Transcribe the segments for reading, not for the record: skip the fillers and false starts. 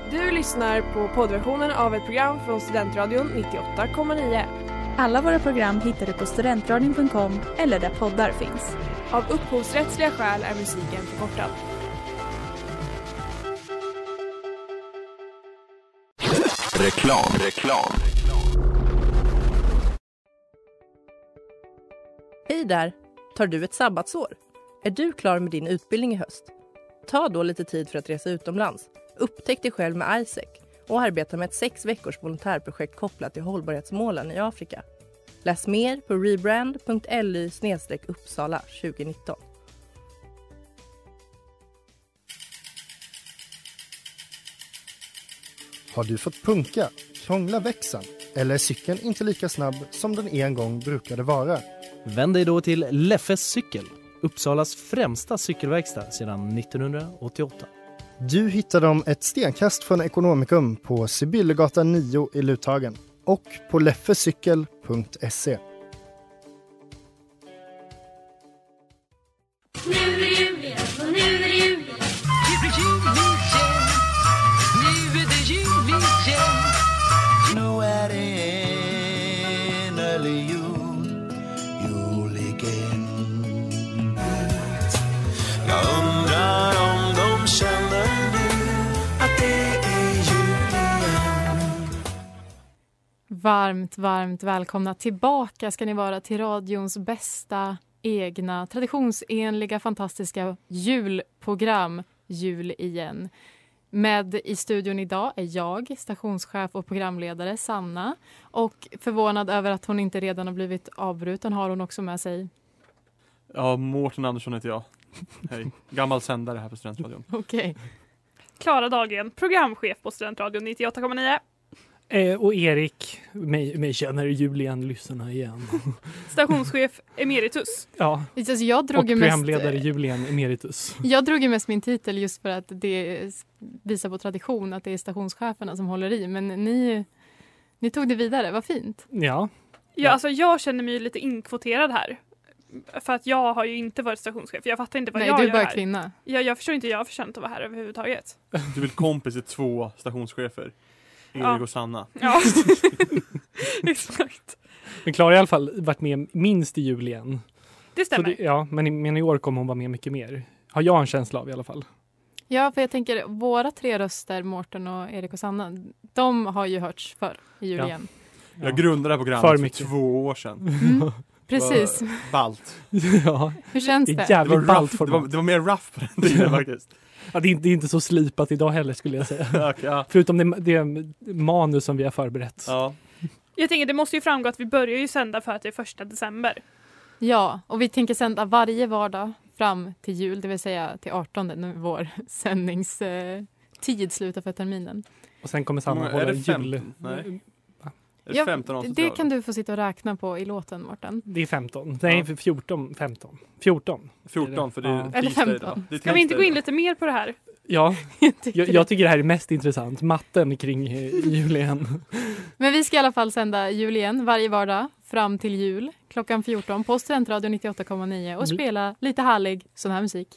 Du lyssnar på poddversionen av ett program från Studentradion 98,9. Alla våra program hittar du på studentradion.com eller där poddar finns. Av upphovsrättsliga skäl är musiken förkortad. Reklam. Hej där! Tar du ett sabbatsår? Är du klar med din utbildning i höst? Ta då lite tid för att resa utomlands. Upptäck dig själv med ISEC och arbeta med ett 6 veckors volontärprojekt kopplat till hållbarhetsmålen i Afrika. Läs mer på rebrand.ly/Uppsala 2019. Har du fått punka, krångla växeln eller är cykeln inte lika snabb som den en gång brukade vara? Vänd dig då till Leffes cykel, Uppsalas främsta cykelverkstad sedan 1988. Du hittar dem ett stenkast från Ekonomikum på Sibyllegatan 9 i Luthagen och på leffecykel.se. Nu är det jul igen, och nu är det jul igen. Nu är det jul igen. Nu är det innerlig jul, jul igen. Jag undrar om de känner nu att det är jul igen. Varmt välkomna tillbaka ska ni vara till radions bästa egna, traditionsenliga, fantastiska julprogram, Jul igen. Med i studion idag är jag, stationschef och programledare Sanna. Och förvånad över att hon inte redan har blivit avbruten har hon också med sig. Ja, Mårten Andersson heter jag. Hej, gammal sändare här på Studentradion. Okej. Klara Dagen, programchef på Studentradion 98,9. Och Erik, mig känner Julian, lyssna igen. Stationschef emeritus. Ja, Jag drog och ju programledare Julian emeritus. Jag drog ju mest min titel just för att det visar på tradition att det är stationscheferna som håller i. Men ni tog det vidare, vad fint. Ja. Ja, alltså jag känner mig lite inkvoterad här. För att jag har ju inte varit stationschef. Jag fattar inte vad jag gör här. Nej, du är bara kvinna. Jag förstår inte, jag har förtjänt att vara här överhuvudtaget. Du vill kompis till 2 stationschefer. Erik och Sanna. Ja, exakt. Men Klara har i alla fall varit med minst i jul igen. Det stämmer. Men i år kommer hon vara med mycket mer. Har jag en känsla av i alla fall. Ja, för jag tänker, våra 3 röster, Mårten och Erik och Sanna, de har ju hörts förr i jul igen. Jag grundade det här programmet för 2 år sedan. Mm. Precis. Ballt. Ja. Hur känns det? Jävligt ballt format. Det var mer rough på den tiden faktiskt. Ja, det är inte så slipat idag heller skulle jag säga. Okay, ja. Förutom det manus som vi har förberett. Ja. Jag tänker, det måste ju framgå att vi börjar ju sända för att det är 1 december. Ja, och vi tänker sända varje vardag fram till jul, det vill säga till 18 när vår sändningstid slutar för terminen. Och sen kommer Sanna hålla jul. Nej. Ja, 15 det kan du få sitta och räkna på i låten, Mårten. Det är 15. Nej, 14. 14 för det är eller 15. Ska vi inte gå in lite mer på det här? Ja, jag tycker det här är mest intressant. Matten kring julen. Men vi ska i alla fall sända jul igen varje vardag fram till jul klockan 14 på Studentradion 98,9 och spela lite härlig sån här musik.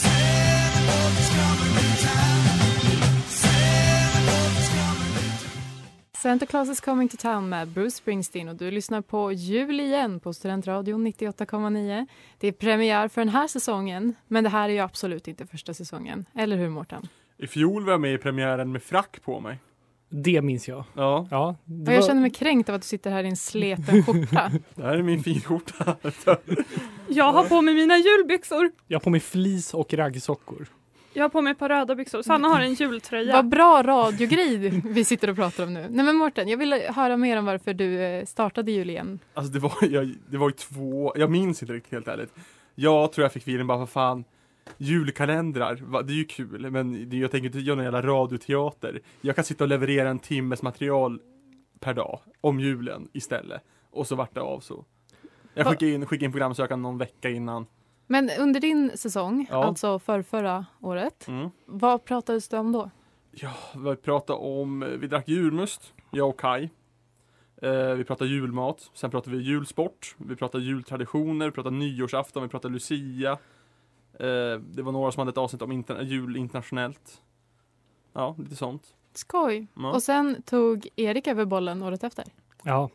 Santa Claus is coming to town med Bruce Springsteen och du lyssnar på Jul igen på Studentradion 98,9. Det är premiär för den här säsongen, men det här är ju absolut inte första säsongen. Eller hur, Mårten? I fjol var jag med i premiären med frack på mig. Det minns jag. Ja. Jag känner mig kränkt av att du sitter här i en sleten skjorta. Det här är min finskjorta. Jag har på mig mina julbyxor. Jag har på mig flis och raggsockor. Jag har på mig ett par röda byxor. Sanna har en jultröja. Vad bra radiogrej vi sitter och pratar om nu. Nej men Mårten, jag vill höra mer om varför du startade jul igen. Alltså det var ju 2... Jag minns inte riktigt helt ärligt. Jag tror jag fick feeling bara för fan. Julkalendrar, det är ju kul. Men jag tänker inte göra någon jävla radioteater. Jag kan sitta och leverera en timmes material per dag om julen istället. Och så vart det av så. Jag skickade in programsökan någon vecka innan. Men under din säsong, alltså förra året, vad pratades det om då? Ja, vi pratade om, vi drack julmust, jag och Kai. Vi pratade julmat, sen pratade vi julsport, vi pratade jultraditioner, vi pratade nyårsafton, vi pratade Lucia. Det var några som hade ett avsnitt om jul internationellt. Ja, lite sånt. Skoj. Ja. Och sen tog Erik över bollen året efter. Ja.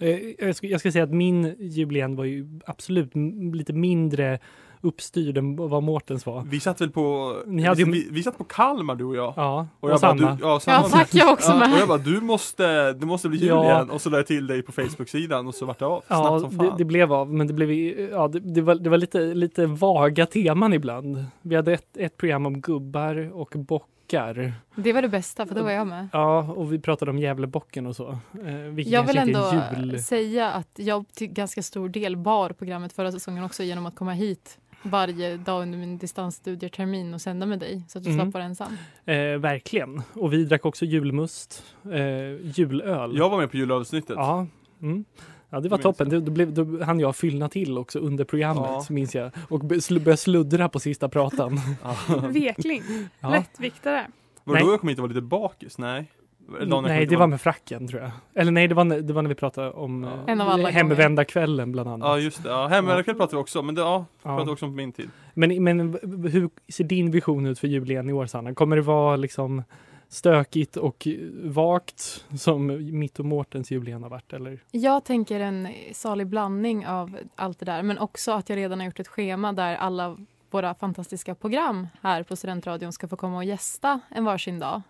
Jag ska säga att min jubileum var ju absolut lite mindre uppstyrd än vad Mårtens var. Vi satt väl på Ni hade ju... vi satt på Kalmar, du och jag. Ja, och jag bara, Sanna. Ja, tack, jag också med. Och jag bara, du måste bli jul igen. Och så lade jag till dig på Facebook-sidan och så vart det av. Snabbt som fan. Det blev av, men det blev det var lite vaga teman ibland. Vi hade ett program om gubbar och bockar. Det var det bästa, för då var jag med. Ja, och vi pratade om Gävlebocken och så. Jag vill ändå säga att jag till ganska stor del bar programmet förra säsongen också genom att komma hit varje dag under min distansstudietermin och sända med dig så att du slapp vara ensam. Verkligen. Och vi drack också julmust, julöl. Jag var med på julölsnittet. Ja, ja, det var toppen. Då hann jag fyllna till också under programmet, minns jag. Och började sluddra på sista pratan. Vekling. Lättviktare. Var det då jag kom hit och var lite bakis? Nej. Nej, det var med fracken, tror jag. Eller nej, det var när vi pratade om hemvända kvällen bland annat. Ja, just det. Ja, hemvända kväll pratade vi också, men det pratade också om på min tid. Men hur ser din vision ut för jubileen i år, Sanna? Kommer det vara liksom stökigt och vagt som mitt och Mårtens jubileum har varit, eller? Jag tänker en salig blandning av allt det där, men också att jag redan har gjort ett schema där alla våra fantastiska program här på Studentradion ska få komma och gästa en varsin dag.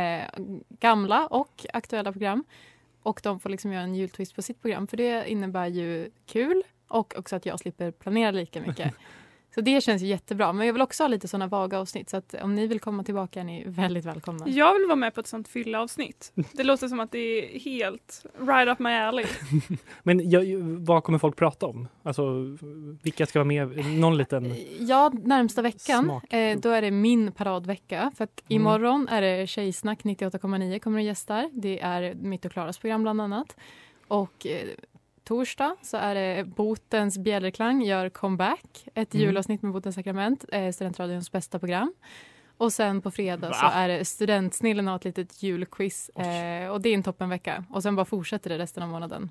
Gamla och aktuella program. Och de får liksom göra en jultwist på sitt program. För det innebär ju kul och också att jag slipper planera lika mycket. Så det känns ju jättebra. Men jag vill också ha lite sådana vaga avsnitt. Så att om ni vill komma tillbaka är ni väldigt välkomna. Jag vill vara med på ett sånt fylla-avsnitt. Det låter som att det är helt right up my alley. Men vad kommer folk prata om? Alltså, vilka ska vara med? Någon liten... Ja, närmsta veckan. Då är det min paradvecka. För att imorgon är det Tjejsnack 98,9 kommer att gästar. Det är mitt och Klaras program bland annat. Och... torsdag så är det Botens bjällerklang gör comeback. Ett julavsnitt med Botens sakrament. Studentradions bästa program. Och sen på fredag så är det Studentsnillen har ett litet julquiz. Och det är en toppenvecka. Och sen bara fortsätter det resten av månaden.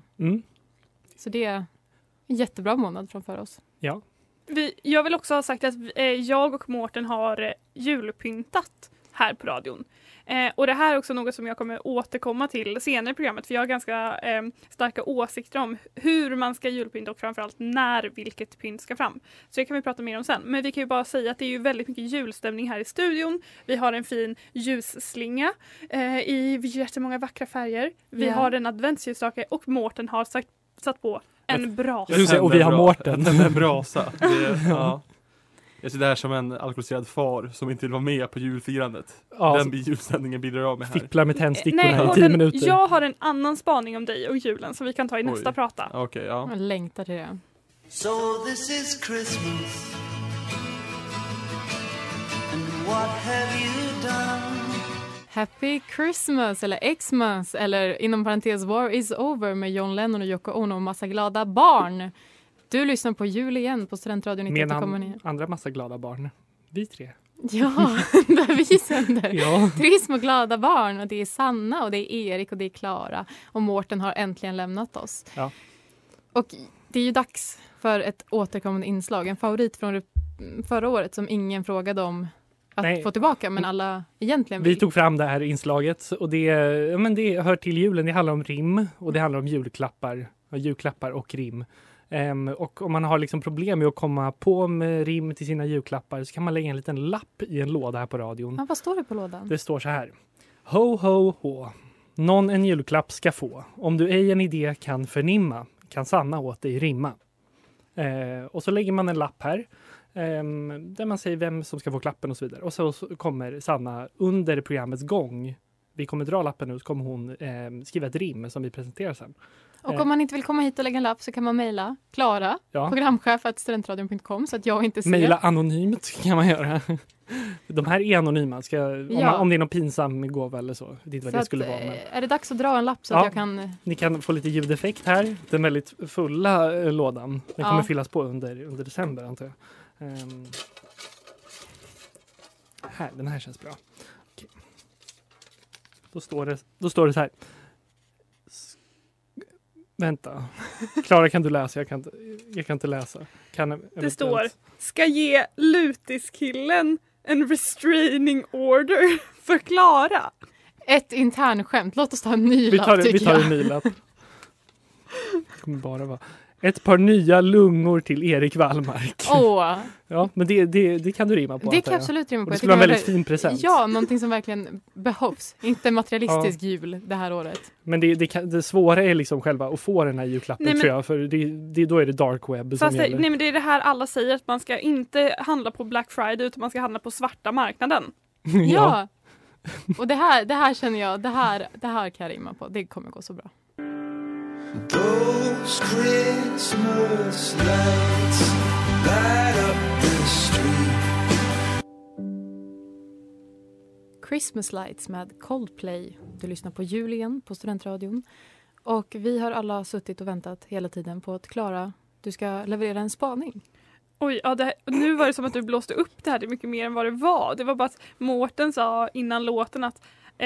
Så det är en jättebra månad framför oss. Ja. Jag vill också ha sagt att jag och Mårten har julpyntat här på radion. Och det här är också något som jag kommer återkomma till senare i programmet. För jag har ganska starka åsikter om hur man ska julpynta och framförallt när vilket pynt ska fram. Så det kan vi prata mer om sen. Men vi kan ju bara säga att det är ju väldigt mycket julstämning här i studion. Vi har en fin ljusslinga i jättemånga vackra färger. Vi har en adventsljusstake och Mårten har satt på en brasa. Och vi har Mårten. En brasa. Jag ser det här som en alkoholiserad far som inte vill vara med på julfirandet. Ja, den julsändningen bidrar jag med här. Fipplar med tändstickorna i 10 minuter. Jag har en annan spaning om dig och julen som vi kan ta i nästa prata. Okej, ja. Jag längtar till det. So this is Christmas. And what have you done? Happy Christmas eller Xmas eller inom parentes War is over med John Lennon och Yoko Ono och massa glada barn. Du lyssnar på jul igen på Studentradion 98,9. Med andra massa glada barn. Vi tre. Ja, där vi sänder. Ja. 3 små glada barn. Och det är Sanna och det är Erik och det är Klara. Och Mårten har äntligen lämnat oss. Ja. Och det är ju dags för ett återkommande inslag. En favorit från förra året som ingen frågade om att få tillbaka. Men alla egentligen vill. Vi tog fram det här inslaget. Och det hör till julen. Det handlar om rim. Och det handlar om julklappar och rim. Och om man har liksom problem med att komma på med rim till sina julklappar så kan man lägga en liten lapp i en låda här på radion. Ja, vad står det på lådan? Det står så här. Ho, ho, ho. Någon en julklapp ska få. Om du ej en idé kan förnimma kan Sanna åt dig rimma. Och så lägger man en lapp här där man säger vem som ska få klappen och så vidare. Och så kommer Sanna under programmets gång. Vi kommer dra lappen nu så kommer hon skriva ett rim som vi presenterar sen. Och om man inte vill komma hit och lägga en lapp så kan man mejla Klara, programchef@studentradion.com så att jag inte ser. Mejla anonymt kan man göra. De här är anonyma. Om det är någon pinsam gåva eller så. Det är inte vad det skulle vara. Men... Är det dags att dra en lapp så att jag kan... Ni kan få lite ljudeffekt här. Den väldigt fulla lådan. Den kommer fyllas på under december antar jag. Den här känns bra. Okej. Då står det så här. Vänta. Klara, kan du läsa? Jag kan inte läsa. Det står, ska ge Lutiskillen en restraining order för Klara. Ett internskämt. Låt oss ta en ny Vi lapp, tar tycker jag. en ny lapp. Det kommer bara vara ett par nya lungor till Erik Wallmark. Åh, Ja, men det kan du rimma på. det antar kan jag. absolut rimma på. Och det Jag skulle vara en tycker väldigt fin present. Ja, någonting som verkligen behövs. Inte materialistisk jul det här året. Men det svåra är liksom själva att få den här julklappen, Nej, men- tror jag. För då är det dark web som Fast gäller. nej, men det är det här alla säger, att man ska inte handla på Black Friday utan man ska handla på svarta marknaden. Ja. Och det här känner jag, det här kan jag rimma på. Det kommer gå så bra. Those Christmas lights light up the street. Christmas Lights med Coldplay. Du lyssnar på jul igen på Studentradion. Och vi har alla suttit och väntat hela tiden på att Klara, du ska leverera en spaning. Oj, ja, nu var det som att du blåste upp det här till mycket mer än vad det var. Det var bara att Mårten sa innan låten att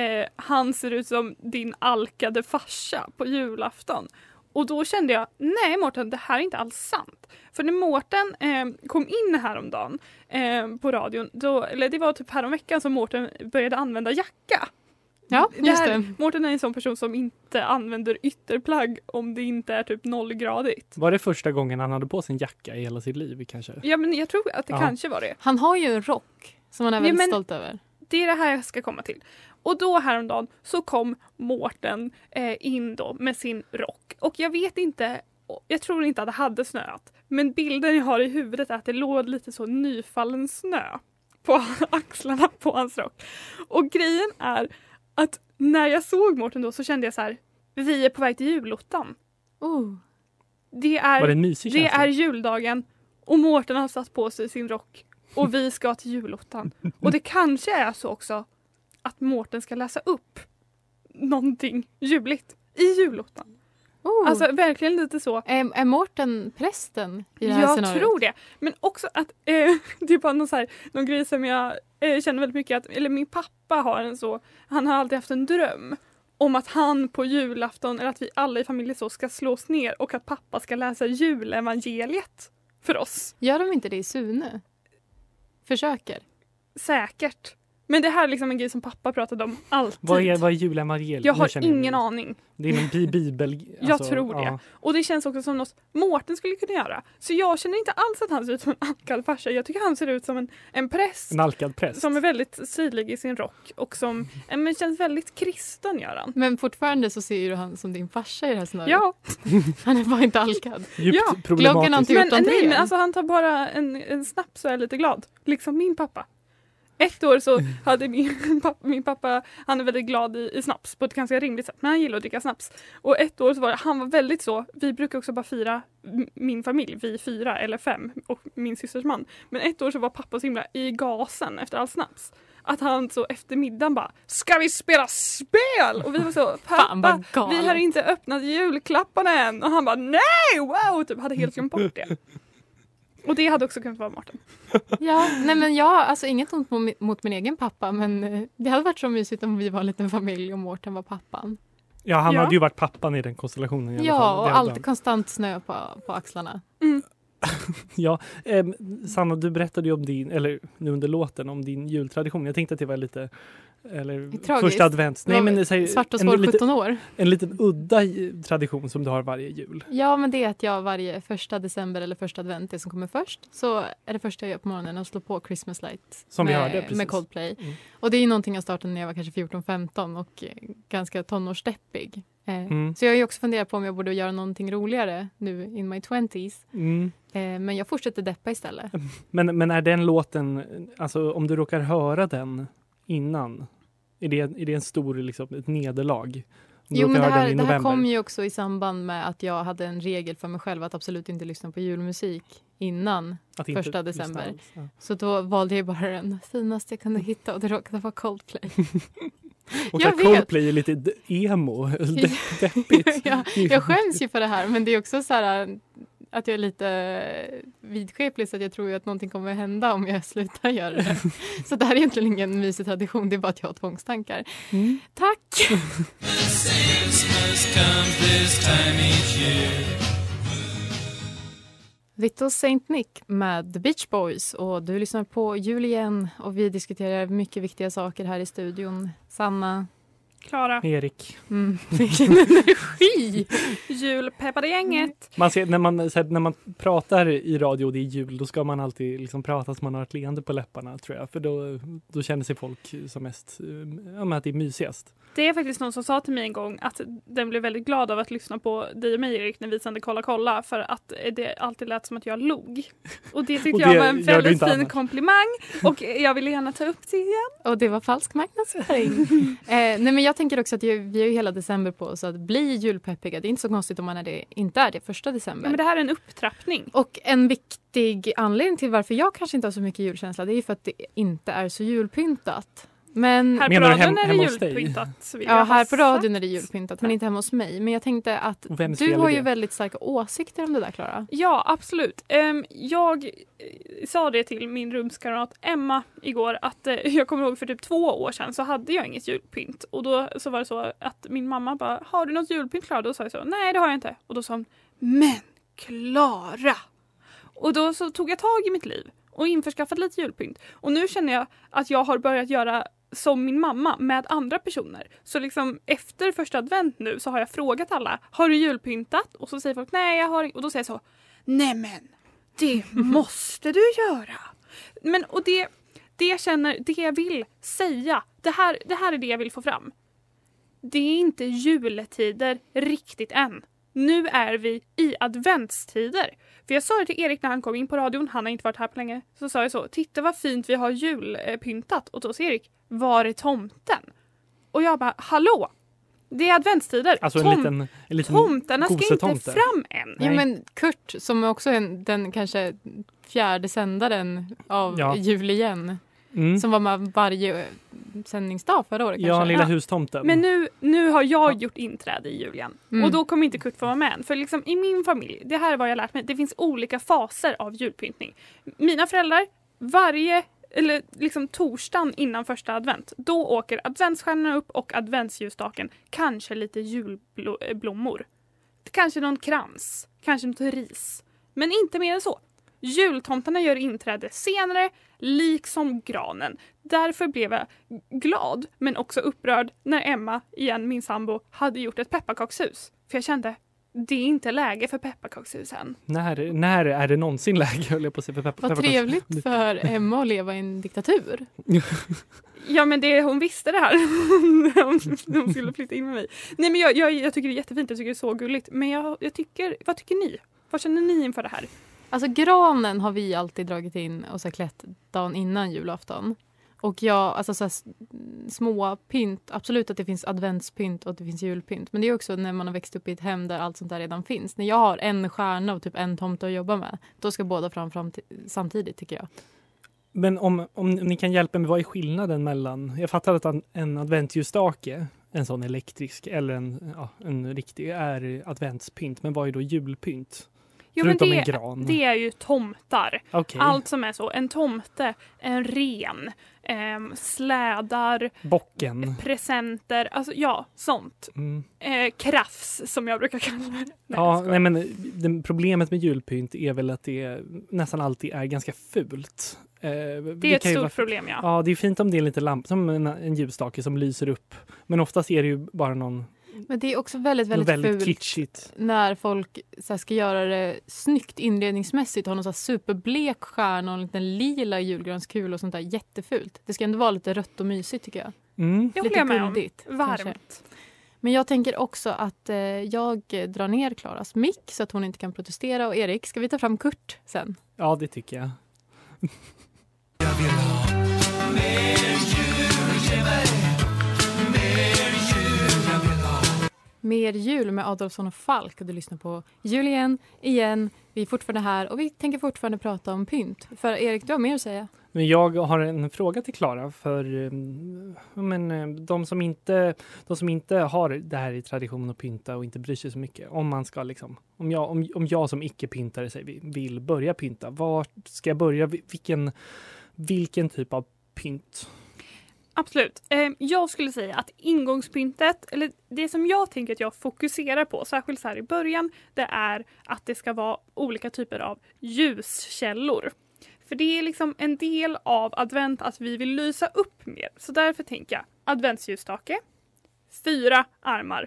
han ser ut som din alkade farsa på julafton. Och då kände jag, nej Mårten, det här är inte alls sant. För när Mårten kom in häromdagen på radion, eller det var typ häromveckan som Mårten började använda jacka. Ja, just det. Mårten är en sån person som inte använder ytterplagg om det inte är typ 0-gradigt. Var det första gången han hade på sin jacka i hela sitt liv kanske? Ja, men jag tror att det kanske var det. Han har ju en rock som han är väldigt men stolt över. Det är det här jag ska komma till. Och då häromdagen så kom Mårten in då med sin rock. Och jag vet inte, jag tror inte att det hade snöat. Men bilden jag har i huvudet är att det låg lite så nyfallen snö på axlarna på hans rock. Och grejen är att när jag såg Mårten då så kände jag så här, vi är på väg till julottan. Var det en mysig det känsla? är juldagen och Mårten har satt på sig sin rock och vi ska till julottan. Och det kanske är så också att Mårten ska läsa upp någonting juligt i julottan. Alltså verkligen lite så. Är Mårten prästen i det här Jag scenariot? tror det. Men också att det är bara någon grej som jag känner väldigt mycket att, eller min pappa har han har alltid haft en dröm om att han på julafton, eller att vi alla i familjen så ska slås ner och att pappa ska läsa julevangeliet för oss. Gör de inte det i Sune? Försöker. Säkert. Men det här är liksom en grej som pappa pratade om alltid. Vad är julevangeliet? Jag har ingen aning. Det är en bibel. Jag tror det. Och det känns också som något Mårten skulle kunna göra. Så jag känner inte alls att han ser ut som en alkad farsa. Jag tycker han ser ut som en präst. En alkad präst. Som är väldigt sydlig i sin rock. Och som men känns väldigt kristen, gör han. Men fortfarande så ser ju han som din farsa i det här scenariot. Ja. Han är bara inte alkad. Djupt problematiskt. Men alltså han tar bara en snaps så är jag lite glad. Liksom min pappa. Ett år så hade min pappa, han är väldigt glad i snaps på ett ganska rimligt sätt, men han gillar att dricka snaps. Och ett år så var han var väldigt så, vi brukar också bara fira min familj, vi 4 eller 5 och min systers man. Men ett år så var pappa så himla i gasen efter all snaps. Att han så efter middagen bara, ska vi spela spel? Och vi var så, pappa, vi har inte öppnat julklapparna än. Och han bara, nej, wow, typ hade helt glömt bort det. Och det hade också kunnat vara Mårten. Ja, nej men alltså inget ont mot min egen pappa, men det hade varit så mysigt om vi var en liten familj och Mårten var pappan. Ja, han hade ju varit pappan i den konstellationen i alla fall. Ja, och allt konstant snö på axlarna. Mm. Ja, Sanna, du berättade ju om nu under låten om din jultradition. Jag tänkte att det var lite första advent. Nej, men svart och svår 17 år. En liten udda tradition som du har varje jul. Ja, men det är att jag varje första december eller första advent, det som kommer först, så är det första jag gör på morgonen att slå på Christmas Light som vi hörde, precis. Med Coldplay. Och det är ju någonting jag startade när jag var kanske 14-15 och ganska tonårsdeppig. Så jag har ju också funderat på om jag borde göra någonting roligare nu in my 20s. Men jag fortsätter deppa istället. Men är den låten, alltså om du råkar höra den innan, är det en stor liksom, ett nederlag? Jo, men det här kom ju också i samband med att jag hade en regel för mig själv att absolut inte lyssna på julmusik innan första december. Ja. Så då valde jag bara den finaste jag kunde hitta och det råkade vara Coldplay. Och Coldplay är lite emo, deppigt. Jag skäms ju för det här, men det är också så här att jag är lite vidskeplig så att jag tror att någonting kommer att hända om jag slutar göra det. Så det här är egentligen ingen mysig tradition, det är bara att jag har tvångstankar. Tack! Little Saint Nick med The Beach Boys och du lyssnar på Jul igen och vi diskuterar mycket viktiga saker här i studion. Sanna, Klara. Erik. Vilken energi! Julpeppade gänget. Man ser, när man pratar i radio och det är jul, då ska man alltid liksom prata som man har ett leende på läpparna, tror jag. För då känner sig folk som mest, att det är mysigast. Det är faktiskt någon som sa till mig en gång att den blev väldigt glad av att lyssna på dig och mig, Erik, när vi sände Kolla för att det alltid lät som att jag log. Och det tyckte jag var en väldigt fin komplimang och jag ville gärna ta upp det igen. Och det var falsk marknadsföring. Nej, men jag tänker också att vi har ju hela december på oss att bli julpeppiga. Det är inte så konstigt om man inte är det 1 december. Ja, men det här är en upptrappning. Och en viktig anledning till varför jag kanske inte har så mycket julkänsla, det är för att det inte är så julpyntat. Men här på radion är det julpyntat. Ja, här på radion är det julpyntat, men inte hemma hos mig. Men jag tänkte att du har ju väldigt starka åsikter om det där, Klara. Ja, absolut. Jag sa det till min rumskamrat Emma igår att jag kommer ihåg för typ 2 år sedan så hade jag inget julpynt. Och då så var det så att min mamma bara, har du något julpynt, Klara? Då sa jag så, nej det har jag inte. Och då sa hon, men Klara! Och då så tog jag tag i mitt liv och införskaffat lite julpynt. Och nu känner jag att jag har börjat göra som min mamma med andra personer. Så liksom efter 1 advent nu så har jag frågat alla, har du julpyntat? Och så säger folk, nej jag har inte. Och då säger jag så, nej men det måste du göra. Men och det jag känner, det jag vill säga, det här är det jag vill få fram. Det är inte juletider riktigt än. Nu är vi i adventstider. För jag sa det till Erik när han kom in på radion, han har inte varit här på länge. Så sa jag så, titta vad fint vi har julpyntat. Och då sa Erik, var är tomten? Och jag bara, hallå? Det är adventstider. Alltså en liten tomtarna ska inte fram än. Ja, men Kurt, som också är den kanske 4:e sändaren av Jul igen. Som var med varje sändningsdag förra året. Ja, lilla hustomten. Men nu har jag gjort inträde i julen. Och då kommer inte Kurt få vara med än. För liksom i min familj, det här är vad jag lärt mig. Det finns olika faser av julpyntning. Mina föräldrar, torsdagen innan 1 advent. Då åker adventsstjärnorna upp och adventsljusstaken. Kanske lite julblommor. Kanske någon krans. Kanske något ris. Men inte mer än så. Jultomtarna gör inträde senare, liksom granen. Därför blev jag glad, men också upprörd när Emma, igen min sambo, hade gjort ett pepparkakshus. För jag kände, det är inte läge för pepparkakshus än. När är det någonsin läge, höll jag på att säga, för pepparkakshus? Vad trevligt för Emma att leva i en diktatur. Ja, men hon visste det här. Hon skulle flytta in med mig. Nej, men jag tycker det är jättefint, jag tycker det är så gulligt. Men jag tycker, vad tycker ni? Vad känner ni inför det här? Alltså granen har vi alltid dragit in och så klätt dagen innan julafton. Och alltså så små pynt, absolut att det finns adventspynt och att det finns julpynt. Men det är också när man har växt upp i ett hem där allt sånt där redan finns. När jag har en stjärna och typ en tomte att jobba med, då ska båda fram samtidigt, tycker jag. Men om ni kan hjälpa mig, vad är skillnaden mellan... Jag fattar att en adventsljusstake, en sån elektrisk eller en riktig, är adventspynt. Men vad är då julpynt? Jo, men det är ju tomtar. Okay. Allt som är så. En tomte, en ren, slädar, bocken, presenter, alltså sånt. Krafs som jag brukar kalla det. Problemet med julpynt är väl att det nästan alltid är ganska fult. Det är ett stort problem, ja. Ja, det är fint om det är lite lamp, som en ljusstake som lyser upp. Men oftast är det ju bara någon... Men det är också väldigt fult kitschigt. När folk ska göra det snyggt inredningsmässigt. Ha någon så här superblek stjärna och en liten lila julgranskul och sånt där. Jättefult. Det ska ändå vara lite rött och mysigt, tycker jag. Jag håller med om. Varmt. Kanske. Men jag tänker också att jag drar ner Klaras mick så att hon inte kan protestera. Och Erik, ska vi ta fram Kurt sen? Ja, det tycker jag. Jag vill ha mer jul, ge mig mer jul, jag vill ha. Mer jul med Adolfsson och Falk, och du lyssnar på Jul igen. Vi är fortfarande här och vi tänker fortfarande prata om pynt. För Erik, du har mer att säga. Men jag har en fråga till Klara, för de som inte har det här i tradition att pynta och inte bryr sig så mycket. Om man ska liksom, om jag som icke-pyntare vill börja pynta, var ska jag börja? Vilken typ av pynt? Absolut. Jag skulle säga att ingångspyntet, eller det som jag tänker att jag fokuserar på, särskilt så här i början, det är att det ska vara olika typer av ljuskällor. För det är liksom en del av advent att vi vill lysa upp mer. Så därför tänker jag adventsljusstake, 4 armar.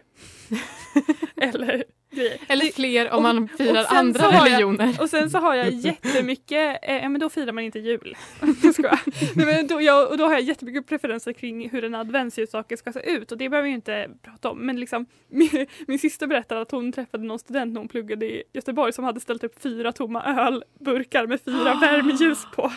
Eller grejer. Eller fler om man firar och sen andra så har religioner. Och sen så har jag jättemycket, men då firar man inte jul. Jag skojar. Nej, men då har jag jättemycket preferenser kring hur en adventsljusstake ska se ut. Och det behöver vi inte prata om. Men liksom, min syster berättade att hon träffade någon student när hon pluggade i Göteborg som hade ställt upp 4 tomma ölburkar med 4 värmeljus på.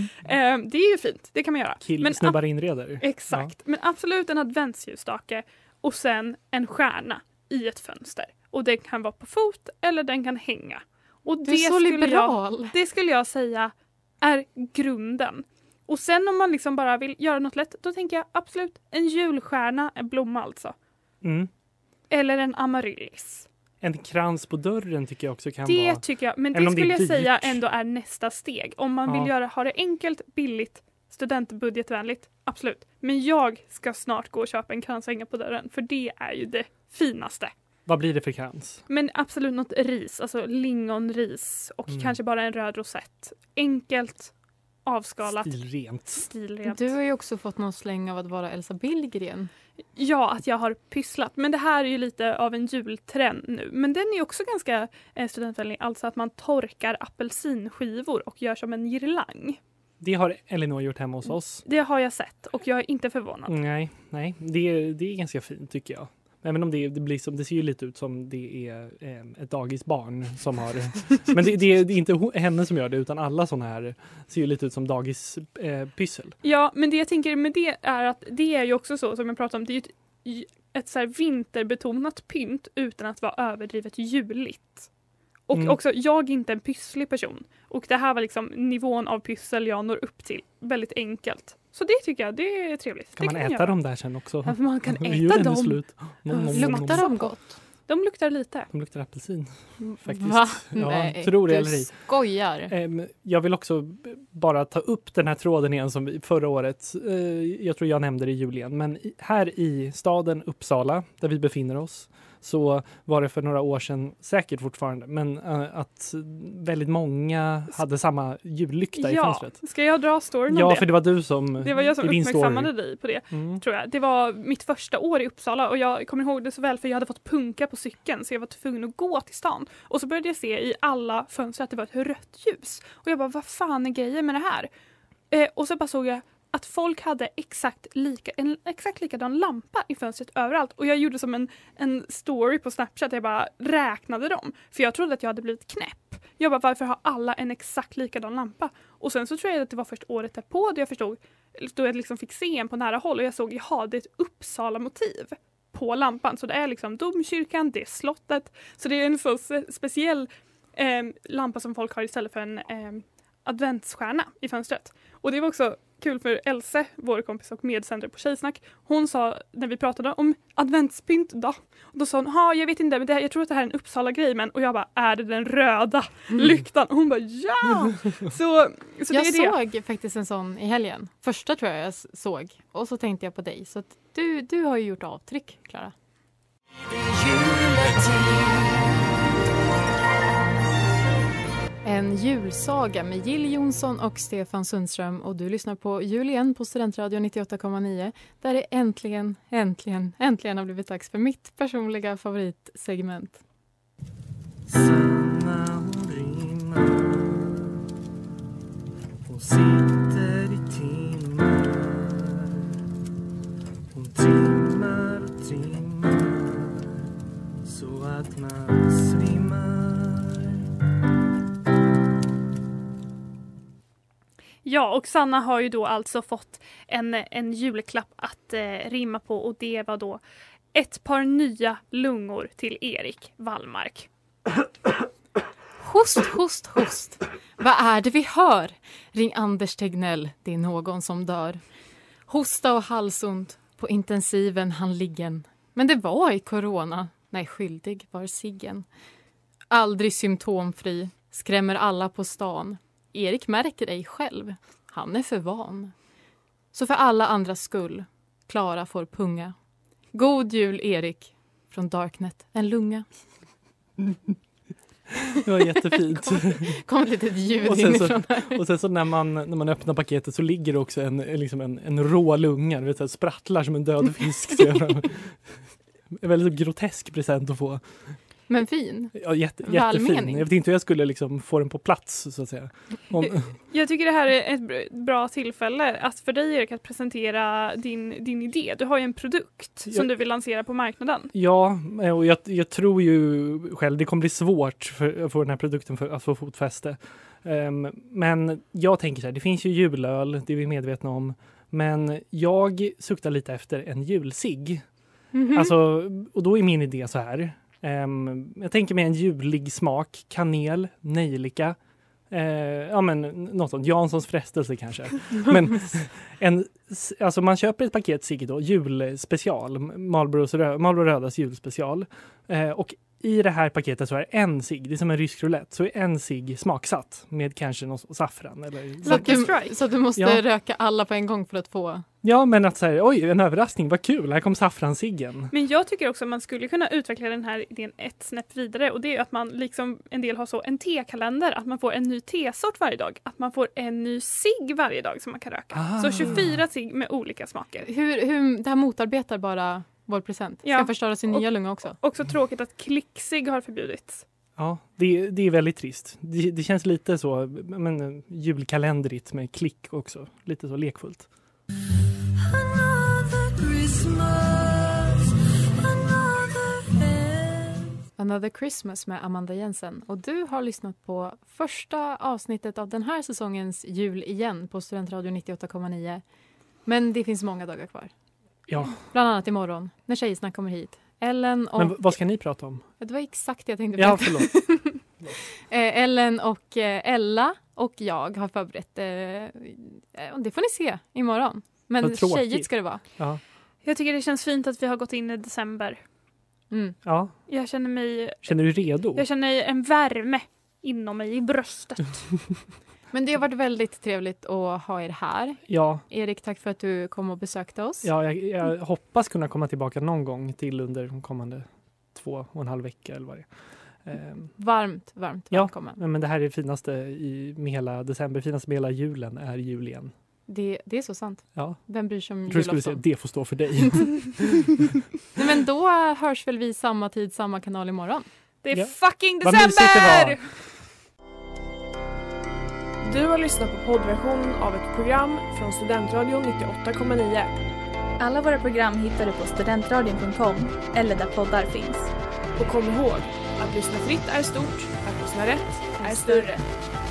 Det är ju fint, det kan man göra. Snubbar inreder. Exakt, men absolut en adventsljusstake och sen en stjärna i ett fönster. Och den kan vara på fot eller den kan hänga. Och du är så liberal. Det skulle jag säga är grunden. Och sen om man liksom bara vill göra något lätt, då tänker jag absolut en julstjärna, en blomma alltså. Mm. Eller en amaryllis. En krans på dörren tycker jag också kan vara. Det tycker jag, men det skulle jag säga ändå är nästa steg. Om man vill ha det enkelt, billigt, studentbudgetvänligt, absolut. Men jag ska snart gå och köpa en krans och hänga på dörren, för det är ju det finaste. Vad blir det för krans? Men absolut något ris, alltså lingonris och kanske bara en röd rosett. Enkelt, avskalat. Stilrent. Du har ju också fått någon släng av att vara Elsa Billgren. Ja, att jag har pysslat. Men det här är ju lite av en jultrend nu. Men den är ju också ganska studentvänlig. Alltså att man torkar apelsinskivor och gör som en girlang. Det har Elinor gjort hemma hos oss. Det har jag sett och jag är inte förvånad. Nej. Det är ganska fint tycker jag. Även om det blir som, det ser ju lite ut som det är ett dagisbarn som har... Men det är inte henne som gör det, utan alla såna här ser ju lite ut som dagispyssel. Ja, men det jag tänker med det är att det är ju också så som jag pratade om. Det är ju ett så här vinterbetonat pynt utan att vara överdrivet juligt. Och också, jag är inte en pysslig person. Och det här var liksom nivån av pyssel jag når upp till. Väldigt enkelt. Så det tycker jag, det är trevligt. Kan man äta dem där sen också? Ja, man kan äta dem. Luktar de gott? De luktar lite. De luktar apelsin. Faktiskt. Va? Ja, Nej, tror det du eller ej. Skojar. Jag vill också bara ta upp den här tråden igen som förra året, jag tror jag nämnde det i julen, men här i staden Uppsala, där vi befinner oss, så var det för några år sedan, säkert fortfarande, men att väldigt många hade samma jullykta i fönstret. Ska jag dra storyn om det? Ja, för det var du som... Det var jag som uppmärksammade dig på det, tror jag. Det var mitt första år i Uppsala och jag kommer ihåg det så väl för jag hade fått punka på cykeln så jag var tvungen att gå till stan. Och så började jag se i alla fönster att det var ett rött ljus. Och jag bara, vad fan är grejen med det här? Och så bara såg jag att folk hade en exakt likadan lampa i fönstret överallt. Och jag gjorde som en story på Snapchat. Jag bara räknade dem. För jag trodde att jag hade blivit knäpp. Jag bara, varför har alla en exakt likadan lampa? Och sen så tror jag att det var först året därpå då jag förstod, då jag liksom fick se en på nära håll. Och jag såg, jaha, det är ett Uppsala-motiv på lampan. Så det är liksom domkyrkan, det är slottet. Så det är en så speciell lampa som folk har istället för en adventsstjärna i fönstret. Och det var också kul för Else, vår kompis och medsändare på Tjejsnack. Hon sa, när vi pratade om adventspynt då sa hon, jag vet inte, men jag tror att det här är en Uppsala-grej, men och jag bara, är det den röda lyktan? Och hon bara, ja! Så det är det. Såg faktiskt en sån i helgen. Första tror jag såg. Och så tänkte jag på dig. Så att du har ju gjort avtryck, Klara. En julsaga med Jill Johnson och Stefan Sundström, och du lyssnar på Jul igen på Studentradion 98,9 där det äntligen har blivit dags för mitt personliga favoritsegment. Sanna hon rimmar och sitter i timmar. Hon trimmar och trimmar så att man svimmar. Ja, och Sanna har ju då alltså fått en julklapp att rimma på, och det var då ett par nya lungor till Erik Wallmark. Host. Vad är det vi hör? Ring Anders Tegnell, det är någon som dör. Hosta och halsont, på intensiven han liggen. Men det var i corona, nej skyldig var siggen. Aldrig symptomfri, skrämmer alla på stan. Erik märker ej själv, han är för van. Så för alla andras skull, Klara får punga. God jul Erik, från Darknet, en lunga. Det var jättefint. Kom ett litet ljud Och sen inifrån här. Och sen så när man öppnar paketet så ligger det också en rå lunga, du vet, så här, sprattlar som en död fisk. Så en väldigt grotesk present att få. Men fin. Ja, jättefin. Välmening. Jag vet inte hur jag skulle liksom få den på plats, så att säga. Jag tycker det här är ett bra tillfälle att för dig, Erik, att presentera din idé. Du har ju en produkt som du vill lansera på marknaden. Ja, och jag tror ju själv det kommer bli svårt för den här produkten att få fotfäste. Men jag tänker så här, det finns ju julöl, det är vi medvetna om. Men jag suktar lite efter en julcigg. Mhm. Alltså, och då är min idé så här. Jag tänker mig en julig smak, kanel, nejlika. Ja, men något sånt, Janssons frestelse kanske. Men alltså man köper ett paket cigg då, julspecial, Marlboro Rödas julspecial. Och i det här paketet så är en cigg, det är som en rysk roulette, så är en cigg smaksatt med kanske någon saffran. Eller Så att du måste röka alla på en gång för att få... Ja, men att säga, oj, en överraskning, vad kul, här kom saffransiggen. Men jag tycker också att man skulle kunna utveckla den här idén ett snäpp vidare, och det är ju att man liksom, en del har så en tekalender, att man får en ny tesort varje dag, att man får en ny cigg varje dag som man kan röka. Så 24 cigg med olika smaker. Hur det här motarbetar bara vår present. Ska förstöra sin nya lunga också. Också tråkigt att klicksig har förbjudits. Ja, det är väldigt trist. Det känns lite så, men julkalenderigt med klick också. Lite så lekfullt. Another Christmas med Amanda Jensen. Och du har lyssnat på första avsnittet av den här säsongens Jul igen på Studentradio 98,9. Men det finns många dagar kvar. Ja. Bland annat imorgon, när Tjejsnack kommer hit. Ellen och... Men vad ska ni prata om? Det var exakt det jag tänkte. Ja, förlåt. Ellen och Ella och jag har förberett. Det får ni se imorgon. Men tjejigt ska det vara. Ja. Jag tycker det känns fint att vi har gått in i december. Mm. Ja. Jag känner mig... Känner du redo? Jag känner en värme inom mig i bröstet. Men det har varit väldigt trevligt att ha er här. Ja. Erik, tack för att du kom och besökte oss. Ja, jag hoppas kunna komma tillbaka någon gång till under de kommande 2,5 veckor eller vad det är. Varmt välkommen. Ja, men det här är det finaste med hela december. Finaste med hela julen är jul igen. Det är så sant. Ja. Vem bryr sig om jag tror du skulle säga det får stå för dig. Nej, men då hörs väl vi samma tid, samma kanal imorgon. Det är fucking december! Du har lyssnat på poddversionen av ett program från Studentradion 98,9. Alla våra program hittar du på studentradion.com eller där poddar finns. Och kom ihåg, att lyssna fritt är stort, att lyssna rätt är större.